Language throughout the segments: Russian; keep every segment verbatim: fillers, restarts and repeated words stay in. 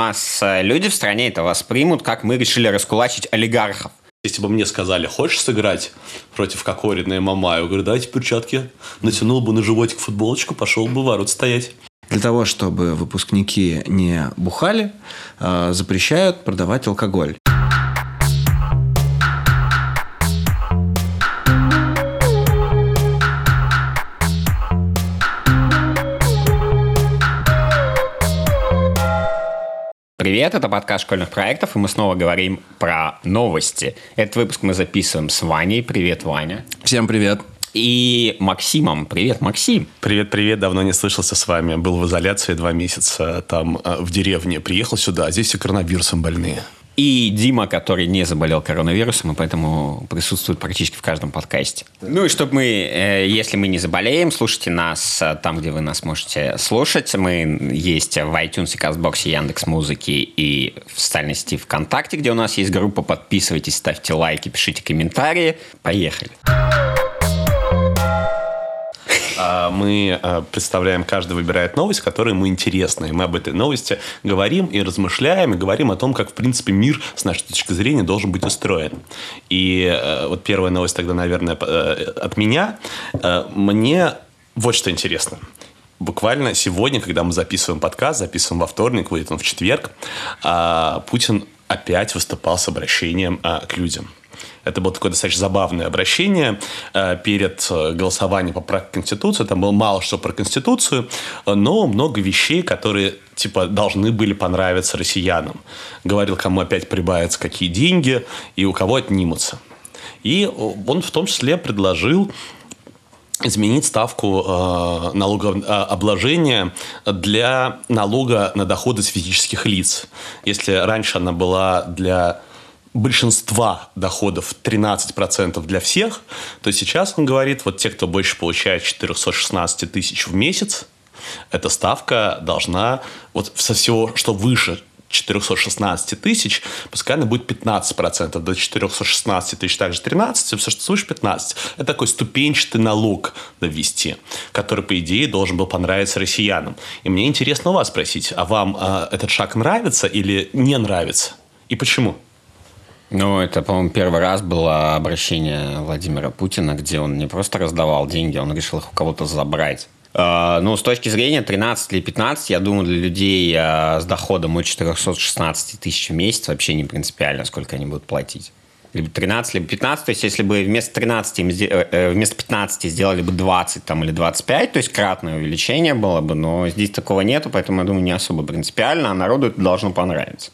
нас люди в стране это воспримут, как мы решили раскулачить олигархов. Если бы мне сказали, хочешь сыграть против Кокорина и Мамаева, я говорю, давайте перчатки. Натянул бы на животик футболочку, пошел бы в ворот стоять. Для того, чтобы выпускники не бухали, запрещают продавать алкоголь. Привет, это подкаст школьных проектов, и мы снова говорим про новости. Этот выпуск мы записываем с Ваней. Привет, Ваня. Всем привет. И Максимом. Привет, Максим. Привет-привет, давно не слышался с вами. Был в изоляции два месяца там в деревне. Приехал сюда, а здесь все коронавирусом больные. И Дима, который не заболел коронавирусом, и поэтому присутствует практически в каждом подкасте. Ну и чтобы мы, если мы не заболеем, слушайте нас там, где вы нас можете слушать. Мы есть в iTunes, Кастбоксе, Яндекс.Музыке и в социальной сети ВКонтакте, где у нас есть группа. Подписывайтесь, ставьте лайки, пишите комментарии. Поехали. Мы представляем, каждый выбирает новость, которая ему интересна. И мы об этой новости говорим и размышляем, и говорим о том, как, в принципе, мир, с нашей точки зрения, должен быть устроен. И вот первая новость тогда, наверное, от меня. Мне вот что интересно. Буквально сегодня, когда мы записываем подкаст, записываем во вторник, выйдет он в четверг, Путин опять выступал с обращением к людям. Это было такое достаточно забавное обращение э, перед голосованием по проекту Конституции. Там было мало что про Конституцию, но много вещей, которые типа должны были понравиться россиянам. Говорил, кому опять прибавятся какие деньги и у кого отнимутся. И он в том числе предложил изменить ставку э, налогообложения для налога на доходы с физических лиц. Если раньше она была для большинства доходов тринадцать процентов для всех, то сейчас он говорит, вот те, кто больше получает четыреста шестнадцать тысяч в месяц, эта ставка должна, вот со всего, что выше четыреста шестнадцать тысяч, пускай она будет пятнадцать процентов, до четыреста шестнадцать тысяч также тринадцать, все, что свыше пятнадцать. Это такой ступенчатый налог ввести, который, по идее, должен был понравиться россиянам. И мне интересно у вас спросить, а вам э, этот шаг нравится или не нравится? И почему? Ну, это, по-моему, первый раз было обращение Владимира Путина, где он не просто раздавал деньги, он решил их у кого-то забрать. Ну, с точки зрения тринадцать или пятнадцать, я думаю, для людей с доходом от четыреста шестнадцать тысяч в месяц вообще не принципиально, сколько они будут платить. Либо тринадцать, либо пятнадцать. То есть, если бы вместо тринадцати, вместо пятнадцати сделали бы двадцать там, или двадцать пять, то есть кратное увеличение было бы, но здесь такого нету, поэтому, я думаю, не особо принципиально, а народу это должно понравиться.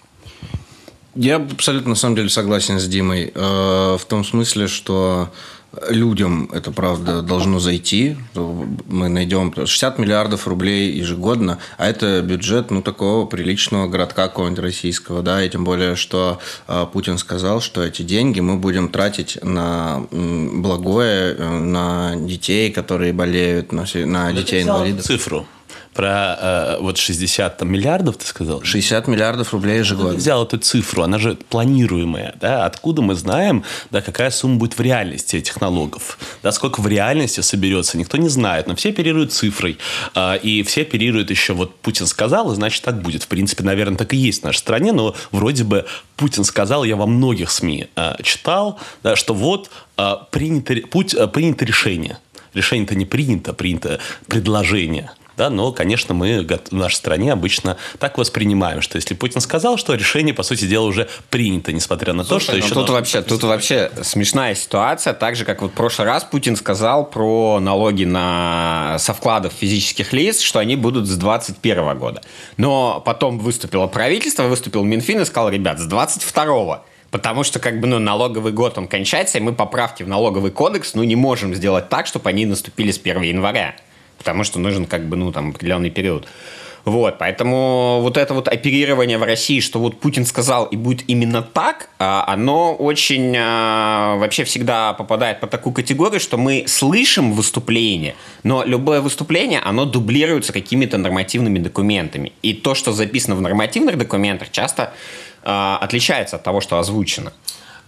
Я абсолютно, на самом деле, согласен с Димой э, в том смысле, что людям это, правда, должно зайти. Мы найдем шестьдесят миллиардов рублей ежегодно, а это бюджет, ну, такого приличного городка какого-нибудь российского, да, и тем более, что э, Путин сказал, что эти деньги мы будем тратить на благое, на детей, которые болеют, на, на детей-инвалидов. Цифру. Про э, вот шестьдесят там, миллиардов, ты сказал? шестьдесят миллиардов рублей ежегодно. Ты взял эту цифру, она же планируемая. Да? Откуда мы знаем, да, какая сумма будет в реальности этих налогов? Да, сколько в реальности соберется, никто не знает. Но все оперируют цифрой. Э, и все оперируют еще, вот Путин сказал, и значит так будет. В принципе, наверное, так и есть в нашей стране. Но вроде бы Путин сказал, я во многих СМИ э, читал, да, что вот э, принято, путь, э, принято решение. Решение-то не принято, принято предложение. Да, но, конечно, мы в нашей стране обычно так воспринимаем, что если Путин сказал, что решение, по сути дела, уже принято, несмотря на то, Слушай, что еще... Тут вообще, тут вообще смешная ситуация, так же, как вот в прошлый раз Путин сказал про налоги на... со вкладов физических лиц, что они будут с двадцать первого года. Но потом выступило правительство, выступил Минфин и сказал, ребят, с двадцать второго. Потому что как бы, ну, налоговый год, он кончается, и мы поправки в налоговый кодекс, ну, не можем сделать так, чтобы они наступили с первого января. Потому что нужен как бы, ну, там, определенный период. Вот, поэтому вот это вот оперирование в России, что вот Путин сказал и будет именно так, оно очень вообще всегда попадает под такую категорию, что мы слышим выступление, но любое выступление, оно дублируется какими-то нормативными документами. И то, что записано в нормативных документах, часто отличается от того, что озвучено.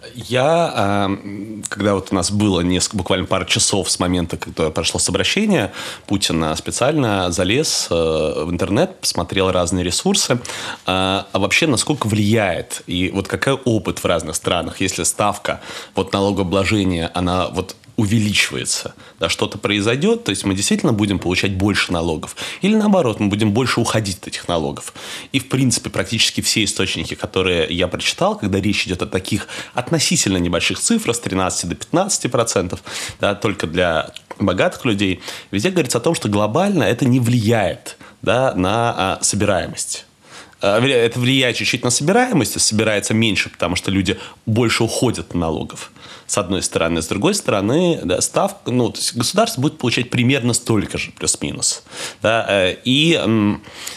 Я, когда вот у нас было несколько, буквально пару часов с момента, когда прошло обращение Путина, специально залез в интернет, посмотрел разные ресурсы, а вообще насколько влияет и вот какой опыт в разных странах, если ставка вот налогообложения, она вот увеличивается, да, что-то произойдет, то есть мы действительно будем получать больше налогов. Или наоборот, мы будем больше уходить от этих налогов. И, в принципе, практически все источники, которые я прочитал, когда речь идет о таких относительно небольших цифрах, с тринадцати до пятнадцати процентов, да, только для богатых людей, везде говорится о том, что глобально это не влияет, да, на а, собираемость. Это влияет чуть-чуть на собираемость, собирается меньше, потому что люди больше уходят от налогов, с одной стороны. С другой стороны, да, ставка, ну, то есть государство будет получать примерно столько же, плюс-минус. Да, и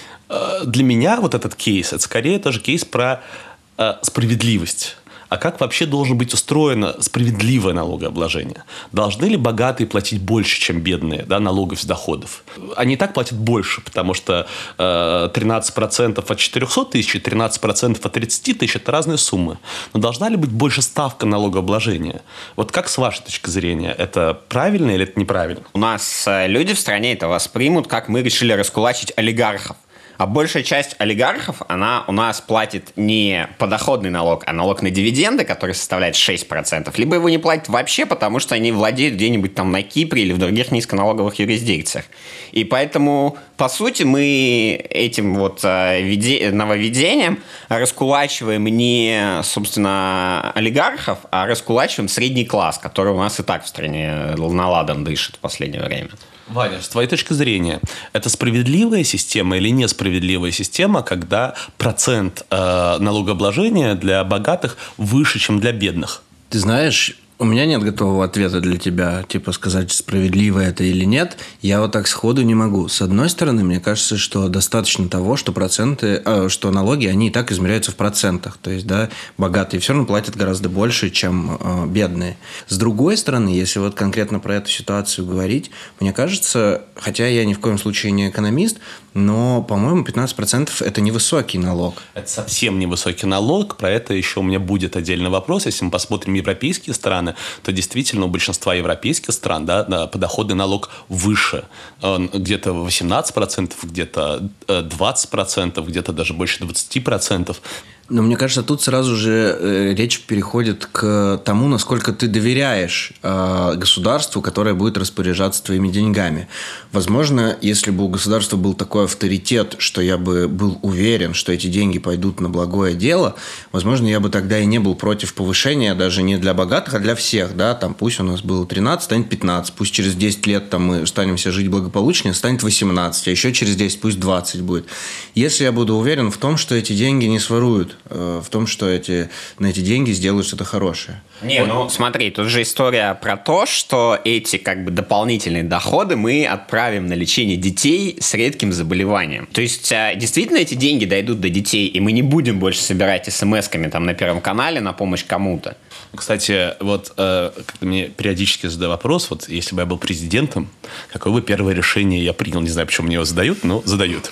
для меня вот этот кейс, это скорее тоже кейс про справедливость. А как вообще должно быть устроено справедливое налогообложение? Должны ли богатые платить больше, чем бедные, да, налогов с доходов? Они и так платят больше, потому что э, тринадцать процентов от четырехсот тысяч и тринадцать процентов от тридцати тысяч – это разные суммы. Но должна ли быть больше ставка налогообложения? Вот как с вашей точки зрения, это правильно или это неправильно? У нас люди в стране это воспримут, как мы решили раскулачить олигархов. А большая часть олигархов, она у нас платит не подоходный налог, а налог на дивиденды, который составляет шесть процентов. Либо его не платят вообще, потому что они владеют где-нибудь там на Кипре или в других низконалоговых юрисдикциях. И поэтому, по сути, мы этим вот нововведением раскулачиваем не, собственно, олигархов, а раскулачиваем средний класс, который у нас и так в стране наладан дышит в последнее время. Ваня, с твоей точки зрения, это справедливая система или несправедливая система, когда процент э, налогообложения для богатых выше, чем для бедных? Ты знаешь, у меня нет готового ответа для тебя, типа сказать, справедливо это или нет. Я вот так сходу не могу. С одной стороны, мне кажется, что достаточно того, что проценты, э, что налоги, они и так измеряются в процентах. То есть, да, богатые все равно платят гораздо больше, чем э, бедные. С другой стороны, если вот конкретно про эту ситуацию говорить, мне кажется, хотя я ни в коем случае не экономист, но, по-моему, пятнадцать процентов – это невысокий налог. Это совсем невысокий налог. Про это еще у меня будет отдельный вопрос. Если мы посмотрим европейские страны, то действительно у большинства европейских стран, да, подоходный налог выше. Где-то восемнадцать процентов, где-то двадцать процентов, где-то даже больше двадцать процентов. Но мне кажется, тут сразу же э, речь переходит к тому, насколько ты доверяешь э, государству, которое будет распоряжаться твоими деньгами. Возможно, если бы у государства был такой авторитет, что я бы был уверен, что эти деньги пойдут на благое дело, возможно, я бы тогда и не был против повышения даже не для богатых, а для всех. Да? Там, пусть у нас было тринадцать, станет пятнадцать. Пусть через десять лет там, мы станем все жить благополучнее, станет восемнадцать. А еще через десять пусть двадцать будет. Если я буду уверен в том, что эти деньги не своруют, в том, что эти, на эти деньги сделают что-то хорошее. Не, вот. Ну смотри, тут же история про то, что эти как бы дополнительные доходы мы отправим на лечение детей с редким заболеванием. То есть действительно эти деньги дойдут до детей, и мы не будем больше собирать смс-ками там на Первом канале на помощь кому-то. Кстати, вот э, когда мне периодически задают вопрос, вот если бы я был президентом, какое бы первое решение я принял, не знаю, почему мне его задают, но задают.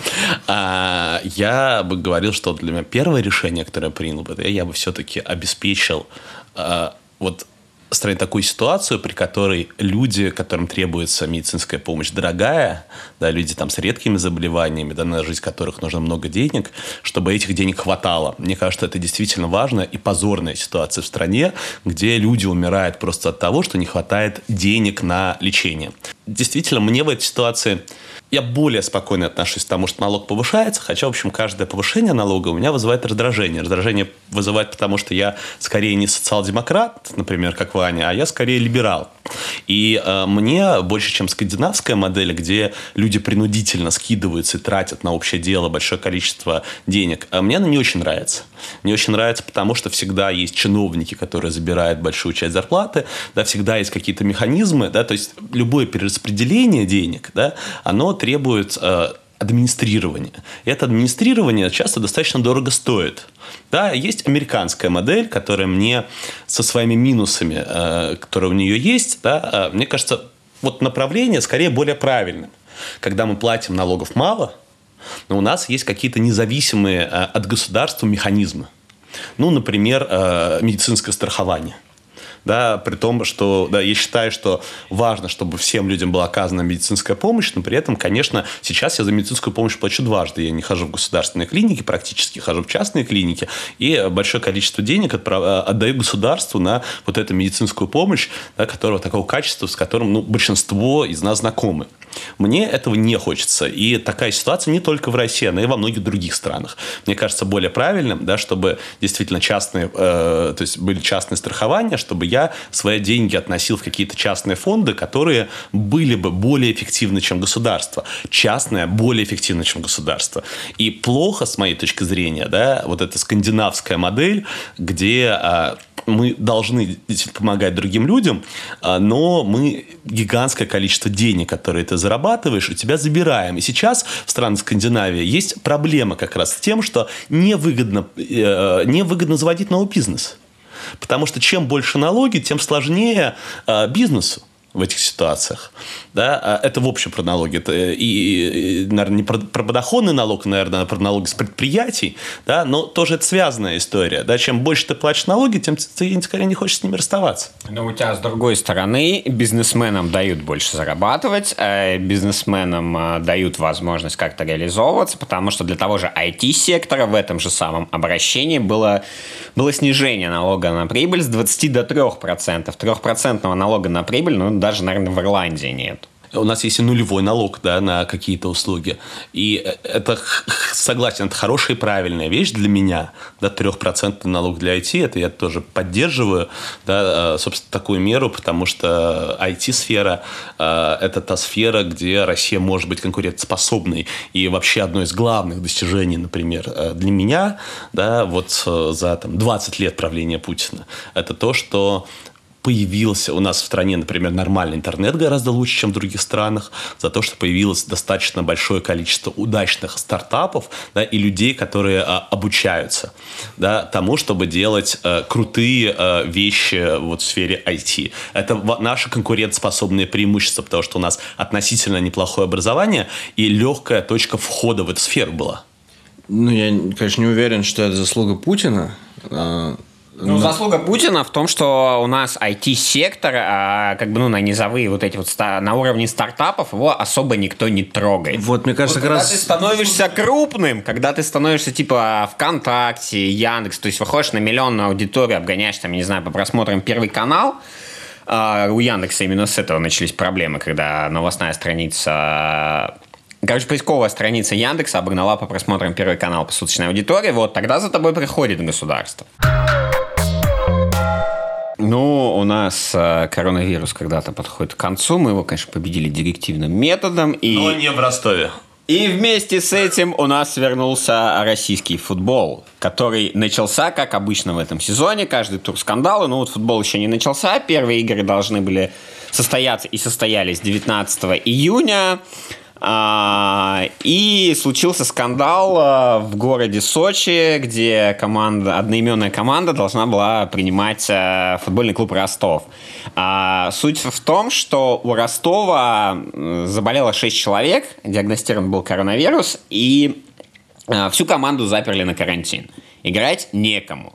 А, я бы говорил, что для меня первое решение, которое я принял бы, я бы все-таки обеспечил э, вот строить такую ситуацию, при которой люди, которым требуется медицинская помощь дорогая, да, люди там с редкими заболеваниями, да, на жизнь которых нужно много денег, чтобы этих денег хватало. Мне кажется, это действительно важная и позорная ситуация в стране, где люди умирают просто от того, что не хватает денег на лечение. Действительно, мне в этой ситуации... Я более спокойно отношусь к тому, что налог повышается, хотя, в общем, каждое повышение налога у меня вызывает раздражение. Раздражение вызывает потому, что я скорее не социал-демократ, например, как Ваня, а я скорее либерал. И э, мне больше, чем скандинавская модель, где люди принудительно скидываются и тратят на общее дело большое количество денег, а мне она не очень нравится. Не очень нравится, потому что всегда есть чиновники, которые забирают большую часть зарплаты, да, всегда есть какие-то механизмы, да, то есть любое перераспределение денег, да, оно требует э, администрирования. И это администрирование часто достаточно дорого стоит. Да, есть американская модель, которая мне со своими минусами, э, которые у нее есть, да, э, мне кажется, вот направление скорее более правильным. Когда мы платим налогов мало, но у нас есть какие-то независимые э, от государства механизмы. Ну, например, медицинское страхование. Да, при том, что да, я считаю, что важно, чтобы всем людям была оказана медицинская помощь, но при этом, конечно, сейчас я за медицинскую помощь плачу дважды. Я не хожу в государственные клиники, практически хожу в частные клиники, и большое количество денег отдаю государству на вот эту медицинскую помощь, да, которого такого качества, с которым ну, большинство из нас знакомы. Мне этого не хочется. И такая ситуация не только в России, но и во многих других странах. Мне кажется, более правильным, да, чтобы действительно частные, э, то есть были частные страхования, чтобы я свои деньги относил в какие-то частные фонды, которые были бы более эффективны, чем государство. Частное более эффективно, чем государство. И плохо, с моей точки зрения, да, вот эта скандинавская модель, где... Э, мы должны помогать другим людям, но мы гигантское количество денег, которые ты зарабатываешь, у тебя забираем. И сейчас в странах Скандинавии есть проблема как раз с тем, что невыгодно, невыгодно заводить новый бизнес. Потому что чем больше налоги, тем сложнее бизнесу в этих ситуациях. Да? Это в общем про налоги. Это и, и, наверное, не про, про подоходный налог, наверное, а про налоги с предприятий, да? Но тоже это связанная история. Да? Чем больше ты платишь налоги, тем ты скорее не хочешь с ними расставаться. Но у тебя, с другой стороны, бизнесменам дают больше зарабатывать, а бизнесменам дают возможность как-то реализовываться, потому что для того же ай ти-сектора в этом же самом обращении было, было снижение налога на прибыль с двадцати до трёх процентов. Трехпроцентного налога на прибыль, ну, даже, наверное, в Ирландии нет. У нас есть и нулевой налог, да, на какие-то услуги. И это, согласен, это хорошая и правильная вещь для меня. Да, трехпроцентный налог для ай ти, это я тоже поддерживаю, да, собственно, такую меру, потому что ай ти-сфера – это та сфера, где Россия может быть конкурентоспособной. И вообще одно из главных достижений, например, для меня, да, вот за там, двадцать лет правления Путина, это то, что появился у нас в стране, например, нормальный интернет гораздо лучше, чем в других странах, за то, что появилось достаточно большое количество удачных стартапов, да, и людей, которые а, обучаются, да, тому, чтобы делать а, крутые а, вещи вот, в сфере ай ти. Это наше конкурентоспособное преимущество, потому что у нас относительно неплохое образование и легкая точка входа в эту сферу была. Ну, я, конечно, не уверен, что это заслуга Путина. Ну, заслуга Путина в том, что у нас ай ти-сектор, а, как бы, ну, на низовые вот эти вот, на уровне стартапов его особо никто не трогает. Вот, мне кажется, вот, как когда раз... ты становишься крупным, когда ты становишься, типа, ВКонтакте, Яндекс, то есть выходишь на миллионную аудиторию, обгоняешь, там, я не знаю, по просмотрам Первый канал, а, у Яндекса именно с этого начались проблемы, когда новостная страница... Короче, поисковая страница Яндекса обогнала по просмотрам Первый канал по суточной аудитории, вот, тогда за тобой приходит государство. Ну, у нас э, коронавирус когда-то подходит к концу. Мы его, конечно, победили директивным методом. И... Но не в Ростове. И вместе с этим у нас вернулся российский футбол, который начался, как обычно в этом сезоне. Каждый тур скандалы. Но вот футбол еще не начался. Первые игры должны были состояться и состоялись девятнадцатого июня. И случился скандал в городе Сочи, где команда, одноименная команда должна была принимать футбольный клуб Ростов. Суть в том, что у Ростова заболело шесть человек, диагностирован был коронавирус, и всю команду заперли на карантин. Играть некому.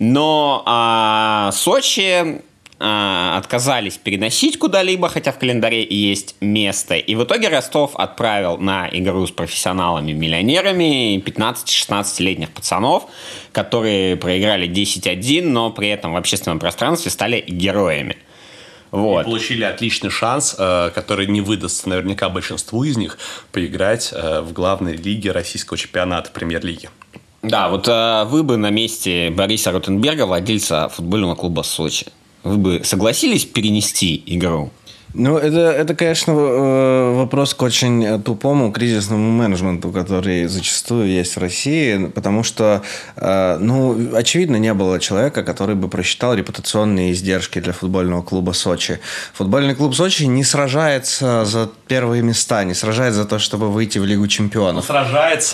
Но Сочи... отказались переносить куда-либо, хотя в календаре и есть место. И в итоге Ростов отправил на игру с профессионалами-миллионерами пятнадцати-шестнадцатилетних пацанов, которые проиграли десять один, но при этом в общественном пространстве стали героями. Вот. И получили отличный шанс, который не выдастся наверняка большинству из них, поиграть в главной лиге российского чемпионата, премьер-лиги. Да, вот вы бы на месте Бориса Ротенберга, владельца футбольного клуба «Сочи», вы бы согласились перенести игру? Ну, это, это, конечно, вопрос к очень тупому кризисному менеджменту, который зачастую есть в России, потому что, ну, очевидно, не было человека, который бы просчитал репутационные издержки для футбольного клуба «Сочи». Футбольный клуб «Сочи» не сражается за первые места, не сражается за то, чтобы выйти в Лигу чемпионов. Он сражается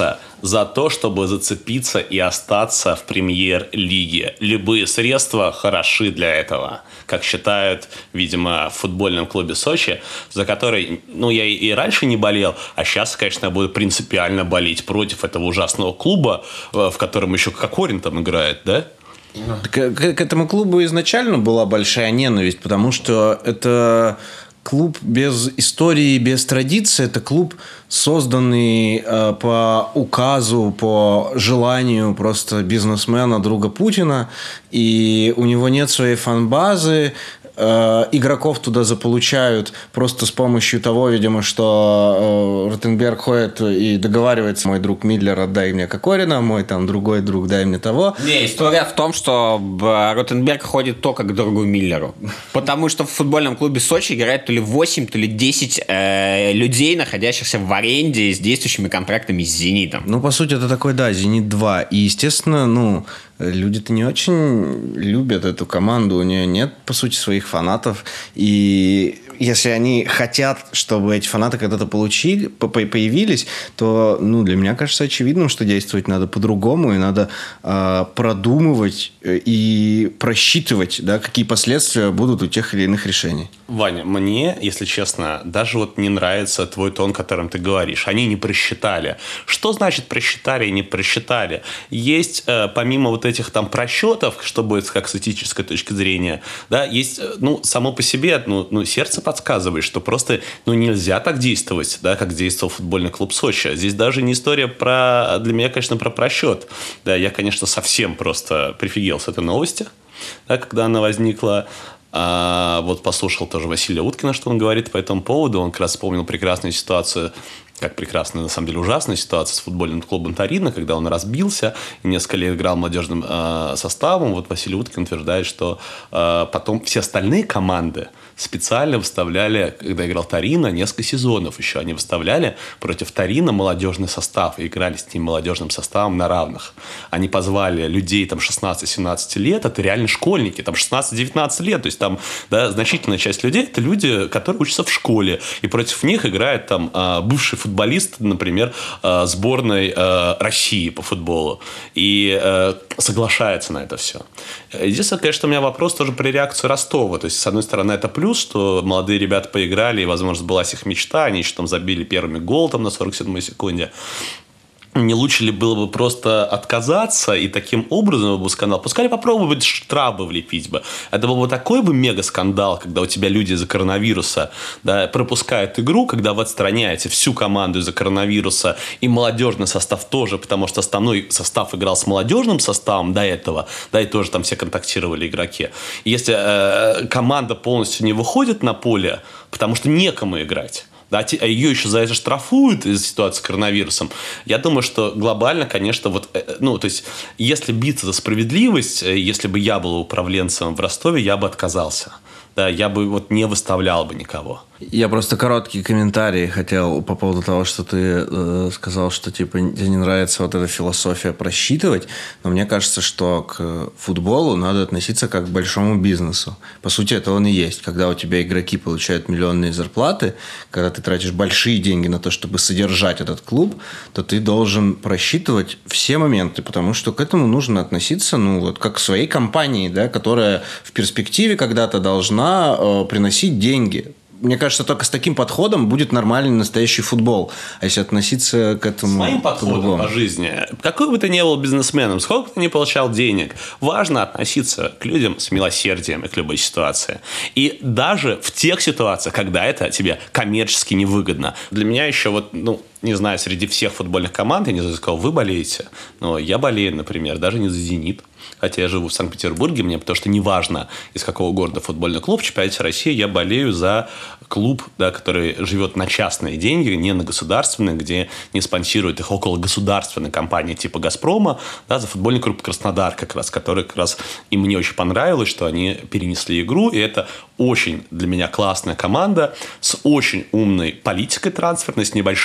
за то, чтобы зацепиться и остаться в премьер-лиге. Любые средства хороши для этого, как считают, видимо, в футбольном клубе Сочи, за который, ну, я и раньше не болел, а сейчас, конечно, я буду принципиально болеть против этого ужасного клуба, в котором еще Кокорин там играет, да? К, к, к этому клубу изначально была большая ненависть, потому что это клуб без истории, без традиции. Это клуб, созданный э, по указу, по желанию просто бизнесмена, друга Путина. И у него нет своей фан-базы. Э, игроков туда заполучают просто с помощью того, видимо, что э, Ротенберг ходит и договаривается: мой друг Мидлер, отдай мне Кокорина, мой там другой друг, дай мне того. Не, история в том, что Ротенберг ходит только к другу Миллеру. Потому что в футбольном клубе Сочи играет то ли восемь, то ли десять э, людей, находящихся в аренде с действующими контрактами с «Зенитом». Ну, по сути, это такой, да, «Зенит два». И, естественно, ну, люди-то не очень любят эту команду. У нее нет, по сути, своих фанатов. И если они хотят, чтобы эти фанаты когда-то получили, появились, то, ну, для меня кажется очевидным, что действовать надо по-другому. И надо э, продумывать и просчитывать, да, какие последствия будут у тех или иных решений. Ваня, мне, если честно, даже вот не нравится твой тон, которым ты говоришь. Они не просчитали. Что значит просчитали и не просчитали? Есть, э, помимо вот этих там просчетов, что будет как с этической точки зрения, да, есть, ну, само по себе, ну, ну сердце подсказывает, что просто, ну, нельзя так действовать, да, как действовал футбольный клуб Сочи. Здесь даже не история про, для меня, конечно, про просчет. Да, я, конечно, совсем просто прифигел с этой новости, да, когда она возникла. А вот послушал тоже Василия Уткина, что он говорит по этому поводу. Он как раз вспомнил прекрасную ситуацию, как прекрасная, на самом деле ужасная ситуация с футбольным клубом Торино, когда он разбился и несколько лет играл молодежным э, составом. Вот Василий Уткин утверждает, что э, потом все остальные команды специально выставляли, когда играл Торино, несколько сезонов еще они выставляли против Торино молодежный состав и играли с ним молодежным составом на равных. Они позвали людей там шестнадцать-семнадцать лет, это реально школьники, там шестнадцать-девятнадцать лет, то есть там, да, значительная часть людей это люди, которые учатся в школе, и против них играет там э, бывший футболист, например, э, сборной э, России по футболу, и э, соглашается на это все. Единственное, конечно, у меня вопрос тоже про реакцию Ростова. То есть, с одной стороны, это плюс, что молодые ребята поиграли, и, возможно, сбылась их мечта, они еще там забили первыми гол там на сорок седьмой секунде. Не лучше ли было бы просто отказаться и таким образом был скандал? Пускай попробовать штрафы влепить бы. Это был бы такой бы мега-скандал, когда у тебя люди из-за коронавируса, да, пропускают игру, когда вы отстраняете всю команду из-за коронавируса и молодежный состав тоже, потому что основной состав играл с молодежным составом до этого, да, и тоже там все контактировали игроки. И если э, команда полностью не выходит на поле, потому что некому играть, да, а ее еще за это штрафуют из-за ситуации с коронавирусом. Я думаю, что глобально, конечно, вот, ну, то есть, если биться за справедливость, если бы я был управленцем в Ростове, я бы отказался. Да, я бы вот не выставлял бы никого. Я просто короткий комментарий хотел по поводу того, что ты э, сказал, что типа тебе не нравится вот эта философия просчитывать, но мне кажется, что к футболу надо относиться как к большому бизнесу. По сути, это он и есть. Когда у тебя игроки получают миллионные зарплаты, когда ты тратишь большие деньги на то, чтобы содержать этот клуб, то ты должен просчитывать все моменты, потому что к этому нужно относиться, ну, вот как к своей компании, да, которая в перспективе когда-то должна э, приносить деньги. Мне кажется, только с таким подходом будет нормальный настоящий футбол. А если относиться к этому... Своим подходом по жизни. Какой бы ты ни был бизнесменом, сколько ты ни получал денег, важно относиться к людям с милосердием и к любой ситуации. И даже в тех ситуациях, когда это тебе коммерчески невыгодно. Для меня еще вот, ну, не знаю, среди всех футбольных команд, я не знаю, за кого вы болеете, но я болею, например, даже не за «Зенит». Хотя я живу в Санкт-Петербурге, мне потому что неважно, из какого города футбольный клуб, в чемпионате России я болею за клуб, да, который живет на частные деньги, не на государственные, где не спонсирует их около государственной компании типа «Газпрома», да, за футбольный клуб «Краснодар», как раз, который как раз и мне очень понравилось, что они перенесли игру, и это очень для меня классная команда с очень умной политикой трансферной, с небольшими деньгами,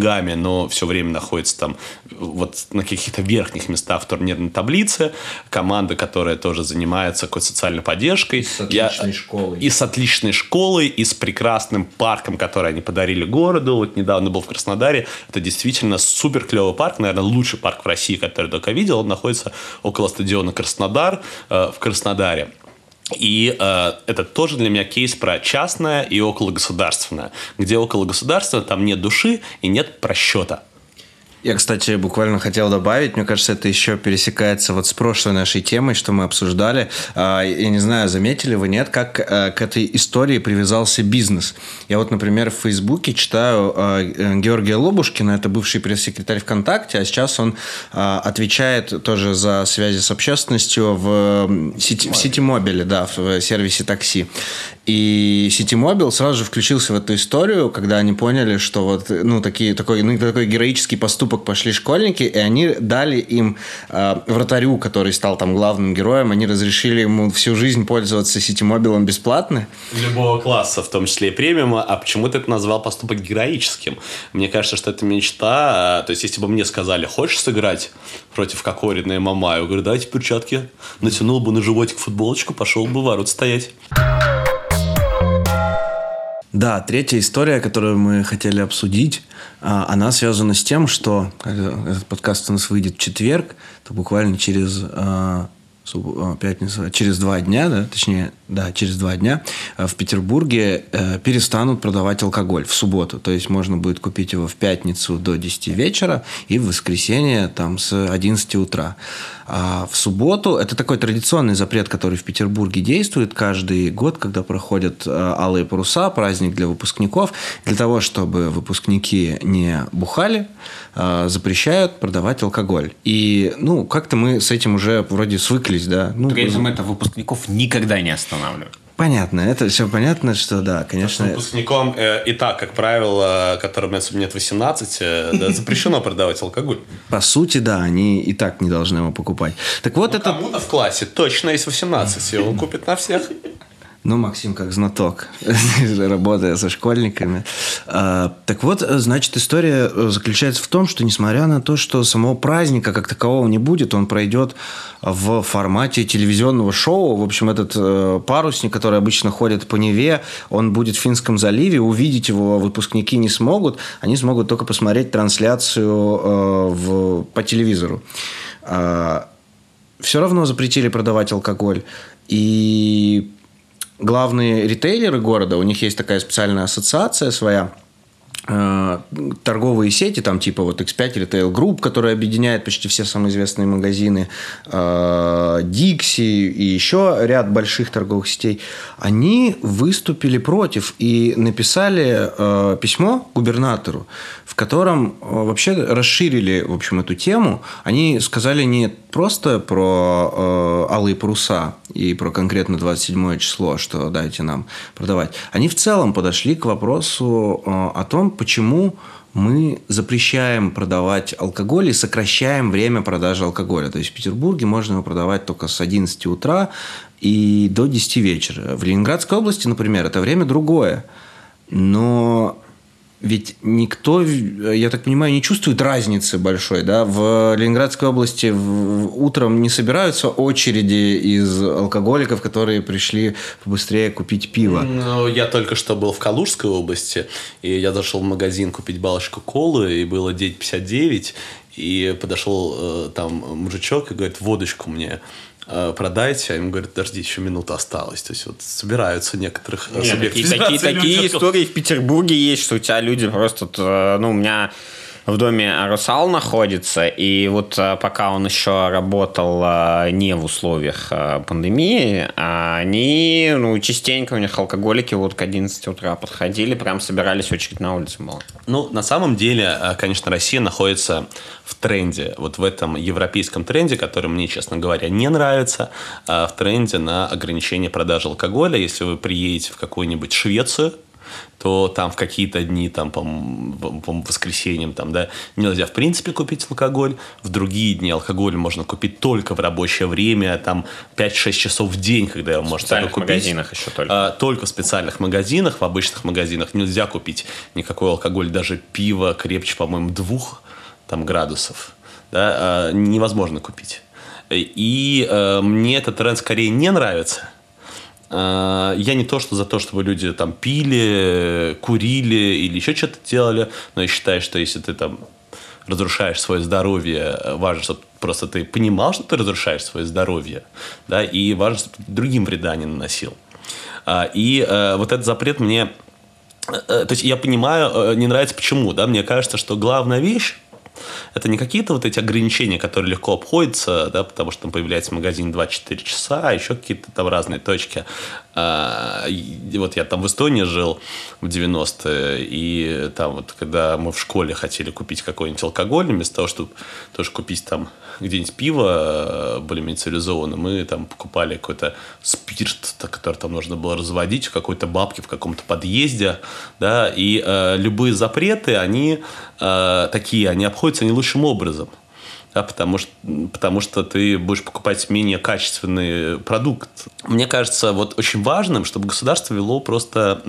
деньгами, но все время находится там вот на каких-то верхних местах в турнирной таблице. Команда, которая тоже занимается какой-то социальной поддержкой. И с отличной Я... школой. И с отличной школой, и с прекрасным парком, который они подарили городу. Вот недавно был в Краснодаре. Это действительно супер клевый парк, наверное, лучший парк в России, который я только видел. Он находится около стадиона Краснодар э, в Краснодаре. И э, это тоже для меня кейс про частное и окологосударственное. Где окологосударственное, там нет души и нет просчета. Я, кстати, буквально хотел добавить, мне кажется, это еще пересекается вот с прошлой нашей темой, что мы обсуждали. Я не знаю, заметили вы, нет, как к этой истории привязался бизнес. Я вот, например, в Фейсбуке читаю Георгия Лобушкина, это бывший пресс-секретарь ВКонтакте, а сейчас он отвечает тоже за связи с общественностью в сети, в Ситимобиле, да, в сервисе такси. И Ситимобил сразу же включился в эту историю, когда они поняли, что вот, ну, такие, такой, ну, такой героический поступок пошли школьники, и они дали им э, вратарю, который стал там главным героем, они разрешили ему всю жизнь пользоваться Ситимобилом бесплатно. Любого класса, в том числе и премиума. А почему ты это назвал поступок героическим? Мне кажется, что это мечта. То есть, если бы мне сказали, хочешь сыграть против Кокорина и Мамаю, я говорю, дайте перчатки. Натянул бы на животик футболочку, пошел бы в ворот стоять. Да, третья история, которую мы хотели обсудить, она связана с тем, что этот подкаст у нас выйдет в четверг, то буквально через пятницу, через два дня, да, точнее, да, через два дня в Петербурге перестанут продавать алкоголь в субботу. То есть можно будет купить его в пятницу до десяти вечера и в воскресенье там с одиннадцати утра. А в субботу это такой традиционный запрет, который в Петербурге действует каждый год, когда проходят алые паруса, праздник для выпускников. Для того, чтобы выпускники не бухали, запрещают продавать алкоголь. И, ну, как-то мы с этим уже вроде свыклись, да. Ну, при этом это выпускников никогда не останавливает. Понятно, это все понятно, что да, конечно. Выпускникам э, и так, как правило, которым нет восемнадцати, да, запрещено продавать алкоголь. По сути, да, они и так не должны его покупать. Так вот, ну, это... кому-то в классе точно есть восемнадцать, и он купит на всех. Ну, Максим, как знаток, работая со школьниками. А, так вот, значит, история заключается в том, что несмотря на то, что самого праздника как такового не будет, он пройдет в формате телевизионного шоу. В общем, этот э, парусник, который обычно ходит по Неве, он будет в Финском заливе. Увидеть его выпускники не смогут. Они смогут только посмотреть трансляцию э, в, по телевизору. А, все равно запретили продавать алкоголь. И... Главные ритейлеры города, у них есть такая специальная ассоциация своя, э, торговые сети, там типа вот икс пять Retail Group, которая объединяет почти все самые известные магазины, э, Dixie и еще ряд больших торговых сетей, они выступили против и написали э, письмо губернатору, в котором э, вообще расширили, в общем, эту тему. Они сказали не просто про э, алые паруса и про конкретно двадцать седьмое число, что дайте нам продавать. Они в целом подошли к вопросу э, о том, почему мы запрещаем продавать алкоголь и сокращаем время продажи алкоголя. То есть в Петербурге можно его продавать только с одиннадцати утра и до десяти вечера. В Ленинградской области, например, это время другое. Но... Ведь никто, я так понимаю, не чувствует разницы большой. Да? В Ленинградской области утром не собираются очереди из алкоголиков, которые пришли побыстрее купить пиво. Ну, я только что был в Калужской области, и я зашел в магазин купить баночку колы, и было девять пятьдесят девять, и подошел там мужичок и говорит, водочку мне продайте, а ему говорят, подожди, еще минута осталась. То есть вот собираются некоторых Нет, такие, такие, такие истории в Петербурге есть, что у тебя люди просто, ну, у меня в доме Русал находится, и вот пока он еще работал не в условиях пандемии, они, ну, частенько у них алкоголики вот к одиннадцати утра подходили, прям собирались, очередь на улице была. Ну, на самом деле, конечно, Россия находится в тренде, вот в этом европейском тренде, который мне, честно говоря, не нравится, в тренде на ограничение продажи алкоголя. Если вы приедете в какую-нибудь Швецию, то там в какие-то дни, там, по воскресеньям, там, да, нельзя в принципе купить алкоголь. В другие дни алкоголь можно купить только в рабочее время, там, пять-шесть часов в день, когда его можно купить. В специальных магазинах еще только. А, только в специальных магазинах, в обычных магазинах нельзя купить никакой алкоголь, даже пиво крепче, по-моему, двух там, градусов. Да, а, невозможно купить. И а, мне этот тренд скорее не нравится. Я не то, что за то, чтобы люди там пили, курили или еще что-то делали, но я считаю, что если ты там разрушаешь свое здоровье, важно, чтобы просто ты понимал, что ты разрушаешь свое здоровье, да, и важно, чтобы ты другим вреда не наносил. И вот этот запрет мне... То есть я понимаю, не нравится почему, да, мне кажется, что главная вещь это не какие-то вот эти ограничения, которые легко обходятся, да, потому что там появляется магазин двадцать четыре часа, а еще какие-то там разные точки. А, и вот я там в Эстонии жил в девяностые, и там вот когда мы в школе хотели купить какой-нибудь алкоголь, вместо того, чтобы тоже купить там где-нибудь пиво более-менее цивилизованно, мы там покупали какой-то спирт, который там нужно было разводить в какой-то бабке в каком-то подъезде, да, и э, любые запреты, они э, такие, они обходятся не лучшим образом, да, потому что, потому что ты будешь покупать менее качественный продукт. Мне кажется, вот очень важным, чтобы государство вело просто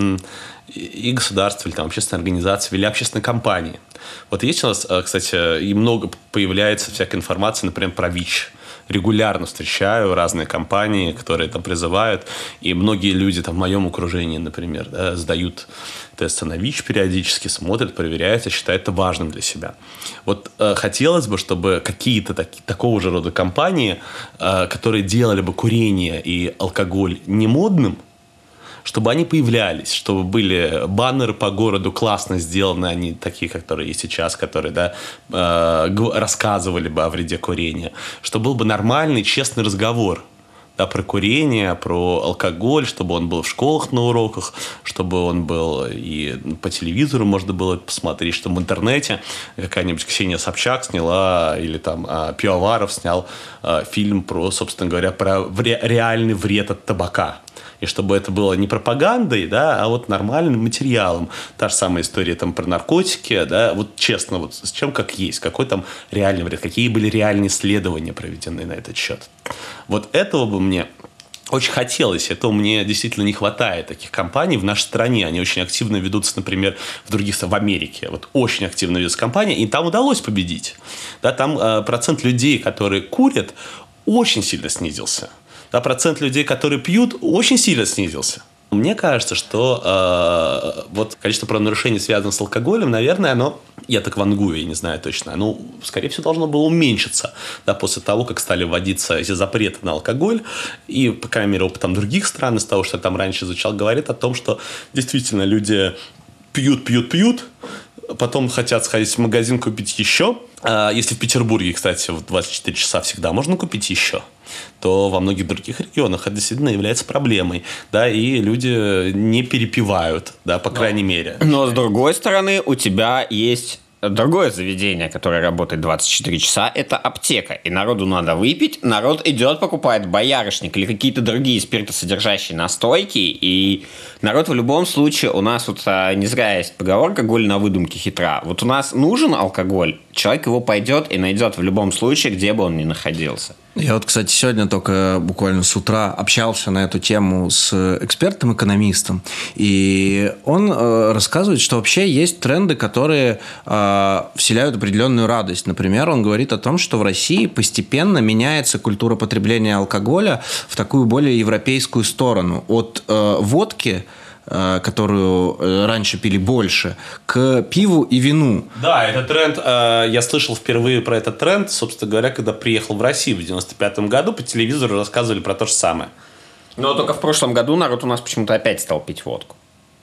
и государство, или там общественные организации, или общественные компании. Вот есть у нас, кстати, и много появляется всякой информации, например, про ВИЧ. Регулярно встречаю разные компании, которые там призывают, и многие люди там в моем окружении, например, да, сдают тесты на ВИЧ периодически, смотрят, проверяют и считают это важным для себя. Вот э, хотелось бы, чтобы какие-то таки, такого же рода компании, э, которые делали бы курение и алкоголь не модным, чтобы они появлялись, чтобы были баннеры по городу классно сделаны, они такие, которые есть сейчас, которые, да, э, рассказывали бы о вреде курения, чтобы был бы нормальный, честный разговор, да, про курение, про алкоголь, чтобы он был в школах на уроках, чтобы он был и по телевизору можно было посмотреть, что в интернете какая-нибудь Ксения Собчак сняла, или там Пивоваров снял э, фильм про, собственно говоря, про вре- реальный вред от табака. И чтобы это было не пропагандой, да, а вот нормальным материалом. Та же самая история там про наркотики, да, вот честно, вот с чем как есть, какой там реальный вред, какие были реальные исследования проведены на этот счет. Вот этого бы мне очень хотелось, этого мне действительно не хватает, таких компаний в нашей стране. Они очень активно ведутся, например, в других, в Америке. Вот очень активно ведутся компании, и там удалось победить. Да, там э, процент людей, которые курят, очень сильно снизился. А процент людей, которые пьют, очень сильно снизился. Мне кажется, что э, вот количество правонарушений, связанных с алкоголем, наверное, оно, я так вангую, я не знаю точно, оно, скорее всего, должно было уменьшиться, да, после того, как стали вводиться эти запреты на алкоголь. И, по крайней мере, опытом других стран, из того, что я там раньше изучал, говорит о том, что действительно люди пьют, пьют, пьют, потом хотят сходить в магазин, купить еще. Если в Петербурге, кстати, в двадцать четыре часа всегда можно купить еще, то во многих других регионах это действительно является проблемой. Да, и люди не перепивают, да, по крайней но, мере. Но, с другой стороны, у тебя есть другое заведение, которое работает двадцать четыре часа, это аптека. И народу надо выпить, народ идет, покупает боярышник или какие-то другие спиртосодержащие настойки, и народ в любом случае, у нас вот не зря есть поговорка «алкоголь на выдумке хитра». Вот у нас нужен алкоголь, человек его пойдет и найдет в любом случае, где бы он ни находился. Я вот, кстати, сегодня только буквально с утра общался на эту тему с экспертом-экономистом, и он э, рассказывает, что вообще есть тренды, которые э, вселяют определенную радость. Например, он говорит о том, что в России постепенно меняется культура потребления алкоголя в такую более европейскую сторону. От э, водки, которую раньше пили больше, к пиву и вину. Да, этот тренд, э, я слышал впервые про этот тренд, собственно говоря, когда приехал в Россию в девяносто пятом году, по телевизору рассказывали про то же самое. Но только в прошлом году народ у нас почему-то опять стал пить водку.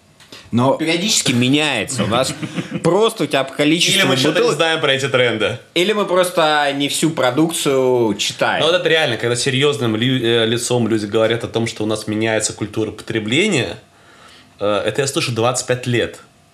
Но периодически меняется. У нас просто у тебя количество... Или мы что-то не знаем про эти тренды. Или мы просто не всю продукцию читаем. Но вот это реально, когда серьезным ли, лицом люди говорят о том, что у нас меняется культура потребления, это я слышу двадцать пять лет.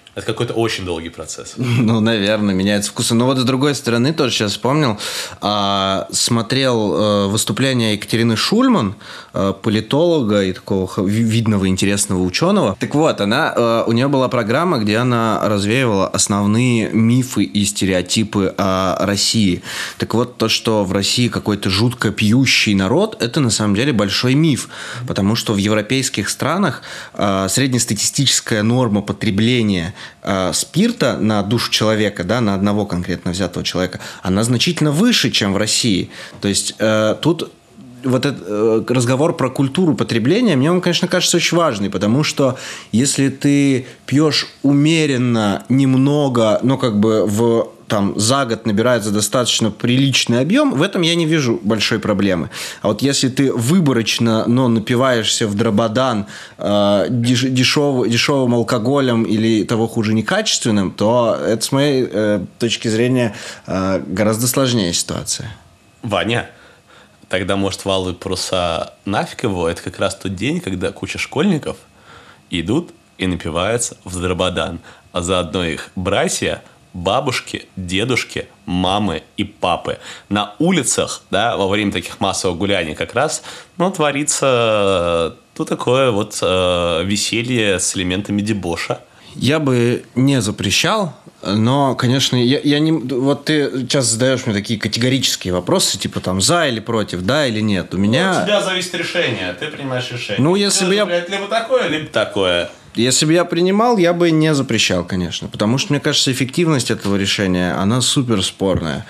Это какой-то очень долгий процесс. Ну, наверное, меняются вкусы. Но вот с другой стороны, тоже сейчас вспомнил, а, смотрел а, выступление Екатерины Шульман, а, политолога и такого видного, интересного ученого. Так вот, она, а, у нее была программа, где она развеивала основные мифы и стереотипы о России. Так вот, то, что в России какой-то жутко пьющий народ, это на самом деле большой миф. Потому что в европейских странах а, среднестатистическая норма потребления спирта на душу человека, да, на одного конкретно взятого человека, она значительно выше, чем в России. То есть э, тут вот этот э, разговор про культуру потребления, мне он, конечно, кажется очень важный, потому что если ты пьешь умеренно, немного, ну, как бы в там за год набирается достаточно приличный объем, в этом я не вижу большой проблемы. А вот если ты выборочно, но напиваешься в дрободан э, деш, дешев, дешевым алкоголем или того хуже некачественным, то это, с моей э, точки зрения, э, гораздо сложнее ситуация. Ваня, тогда, может, валы паруса нафиг его? Это как раз тот день, когда куча школьников идут и напиваются в дрободан, а заодно их братья, бабушки, дедушки, мамы и папы. На улицах, да, во время таких массовых гуляний как раз, ну, творится ну, такое вот э, веселье с элементами дебоша. Я бы не запрещал, но, конечно, я, я не... Вот ты сейчас задаешь мне такие категорические вопросы, типа там за или против, да или нет. У меня... Ну, от тебя зависит решение, ты принимаешь решение. Ну, если бы я... Либо такое, либо такое. Если бы я принимал, я бы не запрещал, конечно. Потому что, мне кажется, эффективность этого решения, она супер спорная.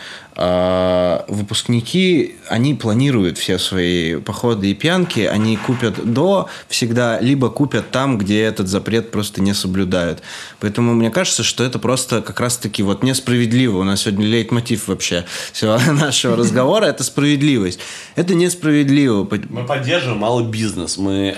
А выпускники, они планируют все свои походы и пьянки, они купят до всегда, либо купят там, где этот запрет просто не соблюдают. Поэтому мне кажется, что это просто как раз-таки вот несправедливо. У нас сегодня лейтмотив вообще всего нашего разговора – это справедливость. Это несправедливо. Мы поддерживаем малый бизнес. Мы э,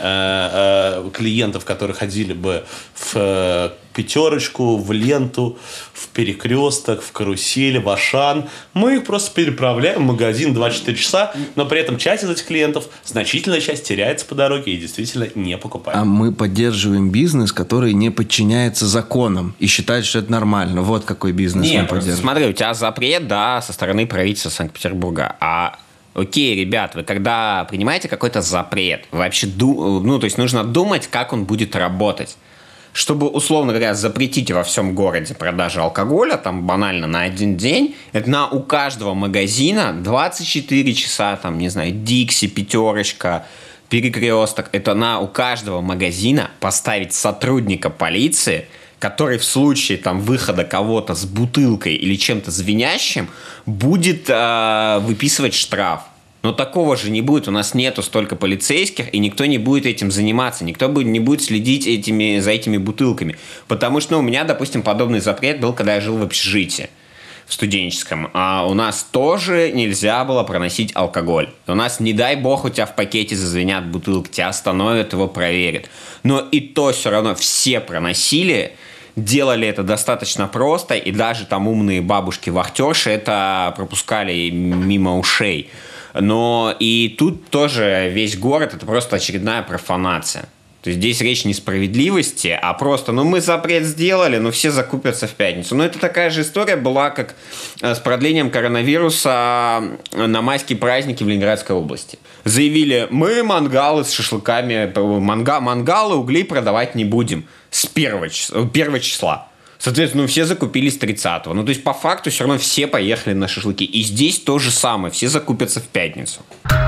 э, клиентов, которые ходили бы в э, пятерочку, в ленту, в перекресток, в карусель, в Ашан, мы их просто переправляем в магазин двадцать четыре часа, но при этом часть из этих клиентов, значительная часть теряется по дороге и действительно не покупает. А мы поддерживаем бизнес, который не подчиняется законам и считает, что это нормально. Вот какой бизнес Нет, мы поддерживаем. Смотри, у тебя запрет, да, со стороны правительства Санкт-Петербурга, а окей, ребят, вы когда принимаете какой-то запрет, вы вообще, ду- ну, то есть нужно думать, как он будет работать. Чтобы, условно говоря, запретить во всем городе продажу алкоголя, там банально на один день, это на у каждого магазина двадцать четыре часа, там, не знаю, Дикси, Пятерочка, Перекресток, это на у каждого магазина поставить сотрудника полиции, который в случае там выхода кого-то с бутылкой или чем-то звенящим будет э, выписывать штраф. Но такого же не будет, у нас нету столько полицейских, и никто не будет этим заниматься, никто не будет следить этими, за этими бутылками. Потому что ну, у меня, допустим, подобный запрет был, когда я жил в общежитии, в студенческом. А у нас тоже нельзя было проносить алкоголь. У нас, не дай бог, у тебя в пакете зазвенят бутылки, тебя остановят, его проверят. Но и то все равно все проносили, делали это достаточно просто, и даже там умные бабушки-вахтерши это пропускали мимо ушей. Но и тут тоже весь город – это просто очередная профанация. То есть здесь речь не о справедливости, а просто, ну, мы запрет сделали, но все закупятся в пятницу. Но это такая же история была, как с продлением коронавируса на майские праздники в Ленинградской области. Заявили, мы мангалы с шашлыками, манга, мангалы, угли продавать не будем с первого числа. первого числа. Соответственно, ну, все закупились тридцатого. Ну, то есть, по факту, все равно все поехали на шашлыки. И здесь то же самое. Все закупятся в пятницу.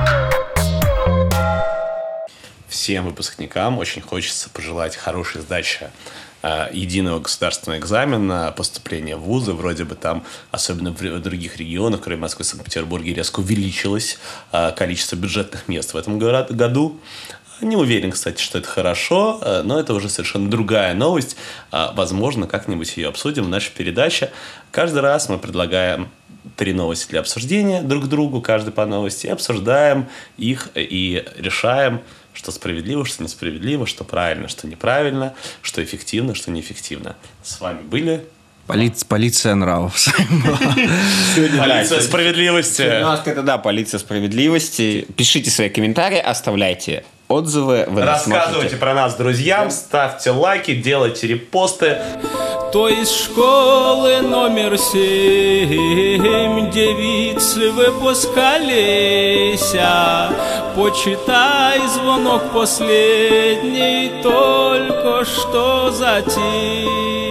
Всем выпускникам очень хочется пожелать хорошей сдачи э, единого государственного экзамена, поступления в вузы. Вроде бы там, особенно в, в других регионах, кроме Москвы и Санкт-Петербурга, резко увеличилось э, количество бюджетных мест в этом году. Не уверен, кстати, что это хорошо, но это уже совершенно другая новость. Возможно, как-нибудь ее обсудим в нашей передаче. Каждый раз мы предлагаем три новости для обсуждения друг другу, каждый по новости, и обсуждаем их и решаем, что справедливо, что несправедливо, что правильно, что неправильно, что эффективно, что неэффективно. С вами были... Полиция, полиция нравов. Полиция справедливости. У нас это, да, полиция справедливости. Пишите свои комментарии, оставляйте отзывы. Вы нас Рассказывайте можете... про нас друзьям, ставьте лайки, делайте репосты. То из школы номер семь девицы выпускались, почитай, звонок последний только что затих.